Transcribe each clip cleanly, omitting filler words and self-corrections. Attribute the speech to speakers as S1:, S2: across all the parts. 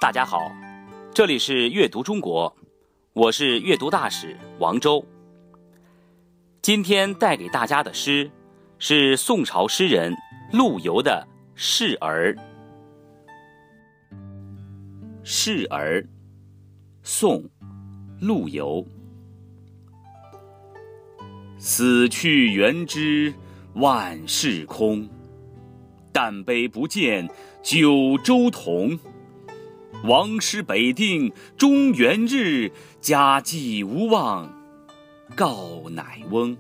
S1: 大家好，这里是阅读中国，我是阅读大使王周。今天带给大家的诗是宋朝诗人陆游的《示儿》。《示儿》，宋·陆游。死去元知万事空，但悲不见九州同。王师北定中原日，家祭无忘告乃翁。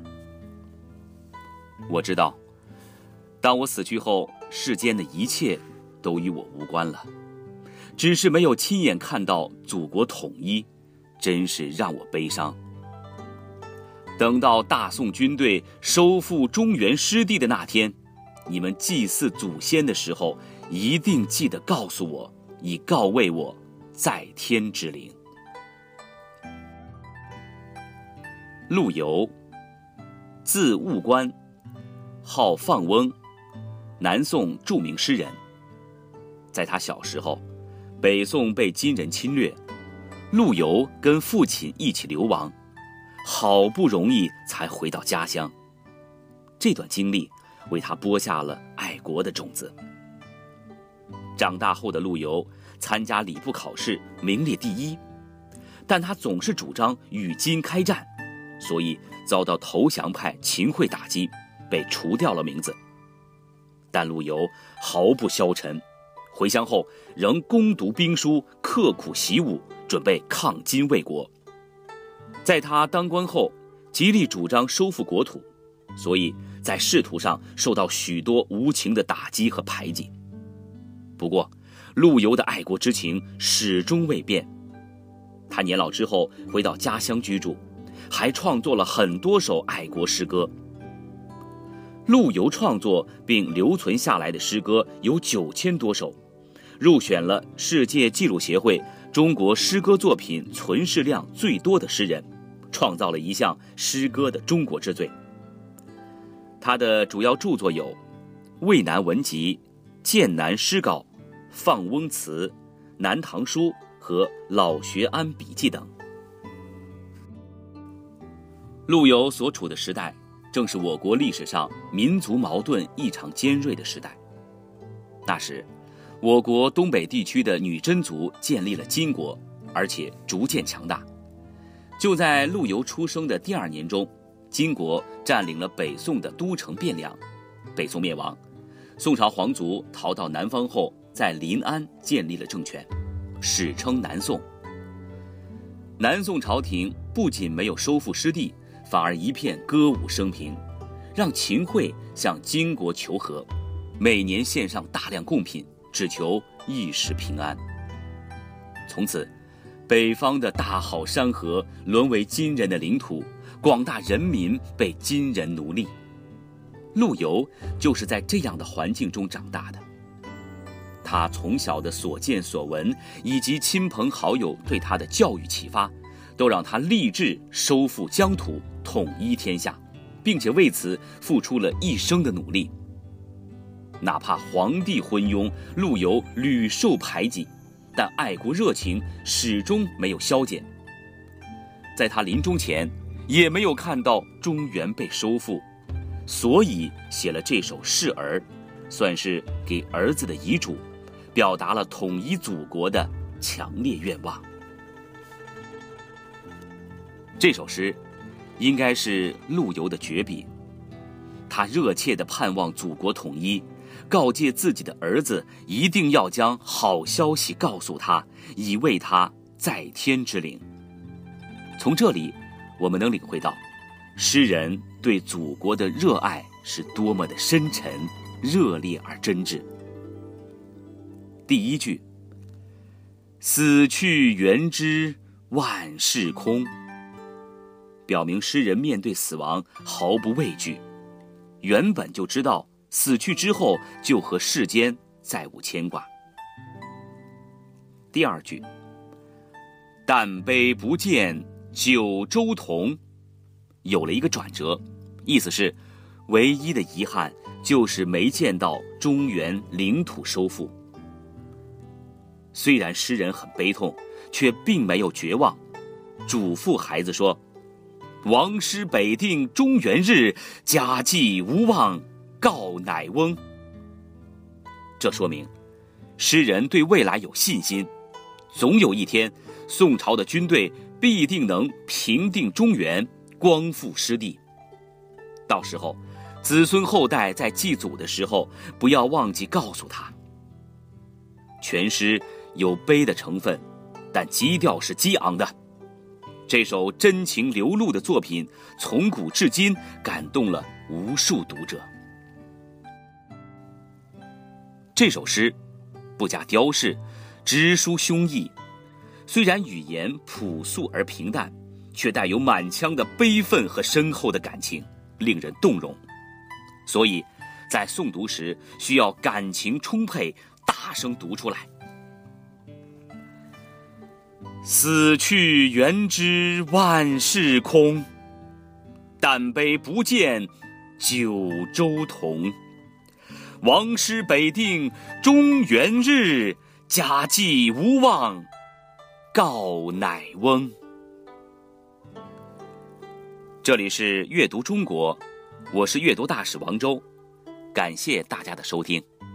S1: 我知道，当我死去后，世间的一切都与我无关了，只是没有亲眼看到祖国统一，真是让我悲伤。等到大宋军队收复中原失地的那天，你们祭祀祖先的时候，一定记得告诉我，以告慰我在天之灵。陆游，字务观，号放翁，南宋著名诗人。在他小时候，北宋被金人侵略，陆游跟父亲一起流亡，好不容易才回到家乡。这段经历为他播下了爱国的种子。长大后的陆游参加礼部考试，名列第一，但他总是主张与金开战，所以遭到投降派秦桧打击，被除掉了名字。但陆游毫不消沉，回乡后仍攻读兵书，刻苦习武，准备抗金卫国。在他当官后，极力主张收复国土，所以在仕途上受到许多无情的打击和排挤。不过，陆游的爱国之情始终未变。他年老之后回到家乡居住，还创作了很多首爱国诗歌。陆游创作并留存下来的诗歌有9000多首，入选了世界纪录协会中国诗歌作品存世量最多的诗人，创造了一项诗歌的中国之最。他的主要著作有《渭南文集》《剑南诗稿》《放翁词》《南唐书》和《老学庵笔记》等。陆游所处的时代，正是我国历史上民族矛盾异常尖锐的时代。那时，我国东北地区的女真族建立了金国，而且逐渐强大。就在陆游出生的第2年中，金国占领了北宋的都城汴梁，北宋灭亡。宋朝皇族逃到南方后，在临安建立了政权，史称南宋。南宋朝廷不仅没有收复失地，反而一片歌舞升平，让秦桧向金国求和，每年献上大量贡品，只求一时平安。从此，北方的大好山河沦为金人的领土，广大人民被金人奴隶。陆游就是在这样的环境中长大的。他从小的所见所闻，以及亲朋好友对他的教育启发，都让他立志收复疆土，统一天下，并且为此付出了一生的努力。哪怕皇帝昏庸，陆游屡受排挤，但爱国热情始终没有消减。在他临终前，也没有看到中原被收复，所以写了这首《示儿》，算是给儿子的遗嘱，表达了统一祖国的强烈愿望。这首诗应该是陆游的绝笔，他热切地盼望祖国统一，告诫自己的儿子一定要将好消息告诉他，以慰他在天之灵。从这里我们能领会到，诗人对祖国的热爱是多么的深沉、热烈而真挚。第一句，死去元知万事空，表明诗人面对死亡毫不畏惧，原本就知道死去之后就和世间再无牵挂。第二句，但悲不见九州同，有了一个转折，意思是唯一的遗憾就是没见到中原领土收复。 虽然诗人很悲痛，却并没有绝望，嘱咐孩子说：王师北定中原日，家祭无忘告乃翁。这说明诗人对未来有信心，总有一天宋朝的军队必定能平定中原，光复失地。到时候子孙后代在祭祖的时候，不要忘记告诉他。全诗有悲的成分，但基调是激昂的。这首真情流露的作品，从古至今感动了无数读者。这首诗不加雕饰，直抒胸臆，虽然语言朴素而平淡，却带有满腔的悲愤和深厚的感情，令人动容。所以在诵读时需要感情充沛，大声读出来。死去元知万事空，但悲不见九州同。王师北定中原日，家祭无忘告乃翁。这里是阅读中国，我是阅读大使王周，感谢大家的收听。